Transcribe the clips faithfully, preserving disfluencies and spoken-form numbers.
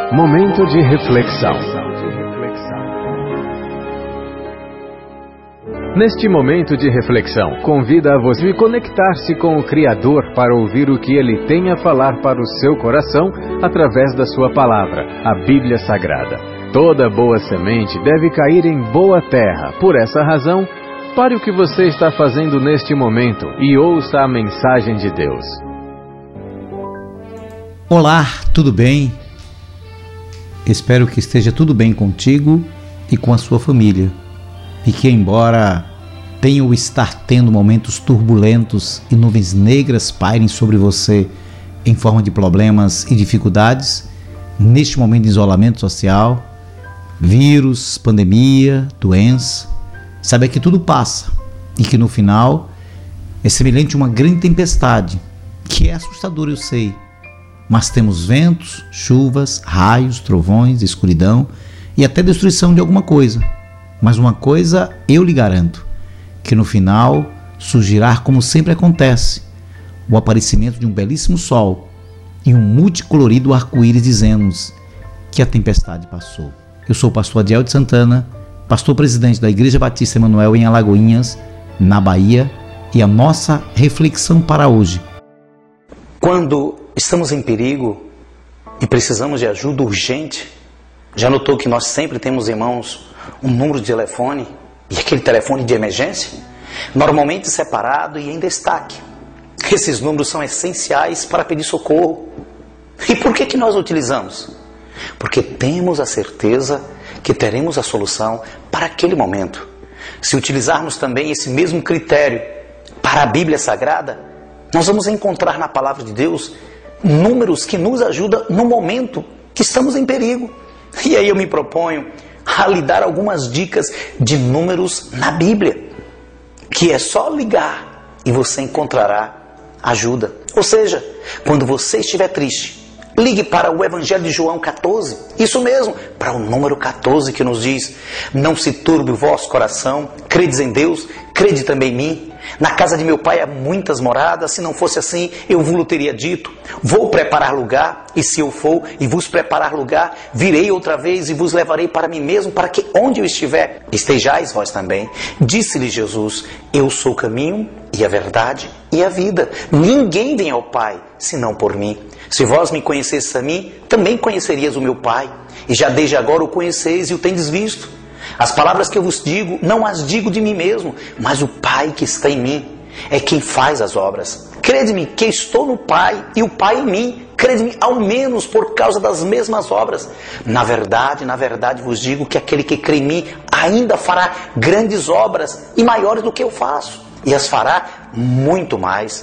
Momento de reflexão. Neste momento de reflexão, convida a você a conectar-se com o Criador para ouvir o que Ele tem a falar para o seu coração através da sua palavra, a Bíblia Sagrada. Toda boa semente deve cair em boa terra. Por essa razão, pare o que você está fazendo neste momento e ouça a mensagem de Deus. Olá, tudo bem? Espero que esteja tudo bem contigo e com a sua família. E que, embora tenha ou estar tendo momentos turbulentos e nuvens negras pairem sobre você em forma de problemas e dificuldades, neste momento de isolamento social, vírus, pandemia, doença, saiba que tudo passa e que no final é semelhante a uma grande tempestade, que é assustadora, eu sei, mas temos ventos, chuvas, raios, trovões, escuridão e até destruição de alguma coisa. Mas uma coisa eu lhe garanto, que no final surgirá, como sempre acontece, o aparecimento de um belíssimo sol e um multicolorido arco-íris dizendo-nos que a tempestade passou. Eu sou o pastor Adiel de Santana, pastor presidente da Igreja Batista Emanuel em Alagoinhas, na Bahia, e a nossa reflexão para hoje. Quando estamos em perigo e precisamos de ajuda urgente, já notou que nós sempre temos em mãos um número de telefone e aquele telefone de emergência, normalmente separado e em destaque. Esses números são essenciais para pedir socorro. E por que que nós utilizamos? Porque temos a certeza que teremos a solução para aquele momento. Se utilizarmos também esse mesmo critério para a Bíblia Sagrada, nós vamos encontrar na Palavra de Deus números que nos ajudam no momento que estamos em perigo. E aí eu me proponho a lhe dar algumas dicas de números na Bíblia, que é só ligar e você encontrará ajuda. Ou seja, quando você estiver triste, ligue para o Evangelho de João catorze, isso mesmo, para o número catorze, que nos diz: não se turbe o vosso coração, credes em Deus, crede também em mim. Na casa de meu pai há muitas moradas, se não fosse assim, eu vos teria dito. Vou preparar lugar, e se eu for e vos preparar lugar, virei outra vez e vos levarei para mim mesmo, para que onde eu estiver, estejais vós também. Disse-lhe Jesus: eu sou o caminho e a verdade e a vida. Ninguém vem ao Pai, senão por mim. Se vós me conhecesseis a mim, também conhecerias o meu Pai. E já desde agora o conheceis e o tendes visto. As palavras que eu vos digo, não as digo de mim mesmo, mas o Pai que está em mim é quem faz as obras. Crede-me que estou no Pai e o Pai em mim. Crede-me ao menos por causa das mesmas obras. Na verdade, na verdade vos digo que aquele que crê em mim ainda fará grandes obras e maiores do que eu faço. E as fará muito mais.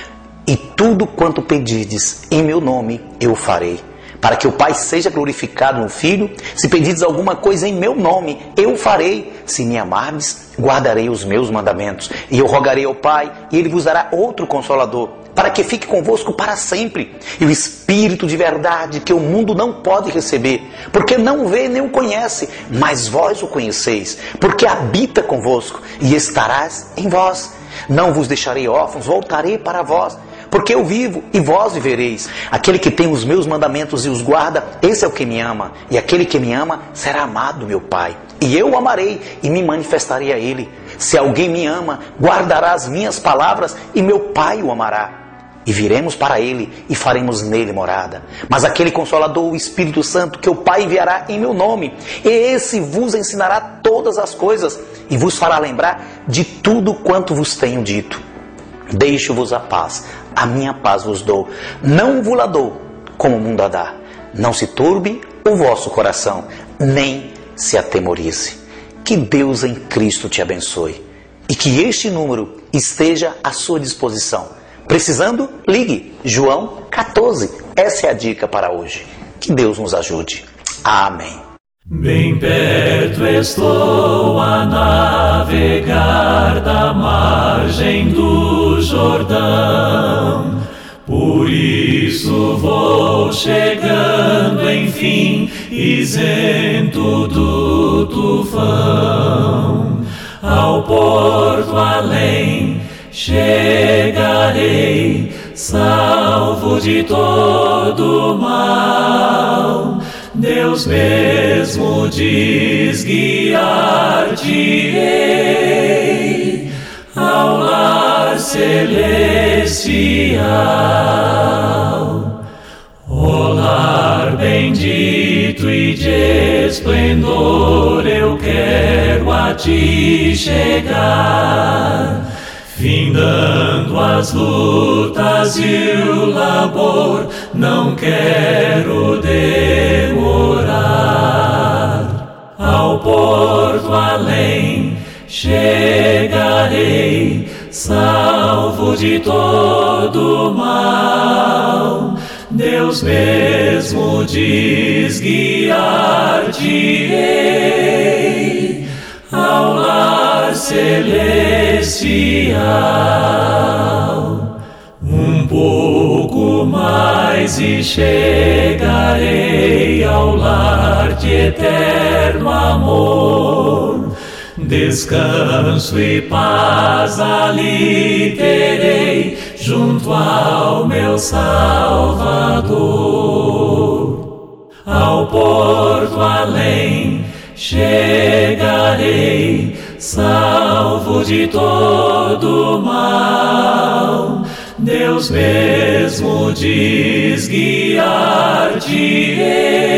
E tudo quanto pedirdes em meu nome eu farei, para que o Pai seja glorificado no Filho. Se pedirdes alguma coisa em meu nome, eu farei. Se me amardes, guardarei os meus mandamentos. E eu rogarei ao Pai, e Ele vos dará outro Consolador, para que fique convosco para sempre. E o Espírito de verdade, que o mundo não pode receber, porque não vê nem o conhece, mas vós o conheceis, porque habita convosco e estarás em vós. Não vos deixarei órfãos, voltarei para vós. Porque eu vivo e vós vivereis. Aquele que tem os meus mandamentos e os guarda, esse é o que me ama. E aquele que me ama será amado do meu Pai. E eu o amarei e me manifestarei a ele. Se alguém me ama, guardará as minhas palavras e meu Pai o amará. E viremos para ele e faremos nele morada. Mas aquele Consolador, o Espírito Santo, que o Pai enviará em meu nome, esse vos ensinará todas as coisas e vos fará lembrar de tudo quanto vos tenho dito. Deixo-vos a paz, a minha paz vos dou. Não vos la dou como o mundo a dá. Não se turbe o vosso coração, nem se atemorize. Que Deus em Cristo te abençoe e que este número esteja à sua disposição. Precisando, ligue. João catorze. Essa é a dica para hoje. Que Deus nos ajude. Amém. Bem perto estou a navegar da margem do Jordão, por isso vou chegando enfim, isento do tufão. Ao porto além chegarei, salvo de todo mal. Deus mesmo diz: guiar-te-ei ao lar celestial. O lar bendito e de esplendor, eu quero a ti chegar, findando as lutas e o labor, não quero demorar. Ao porto além chegarei, salvo de todo mal. Deus mesmo diz: guiar-te-ei ao lar celestial. Um pouco mais e chegarei ao lar de eterno amor. Descanso e paz ali terei, junto ao meu Salvador. Ao porto além chegarei, salvo de todo mal. Deus mesmo diz: guiar-te-ei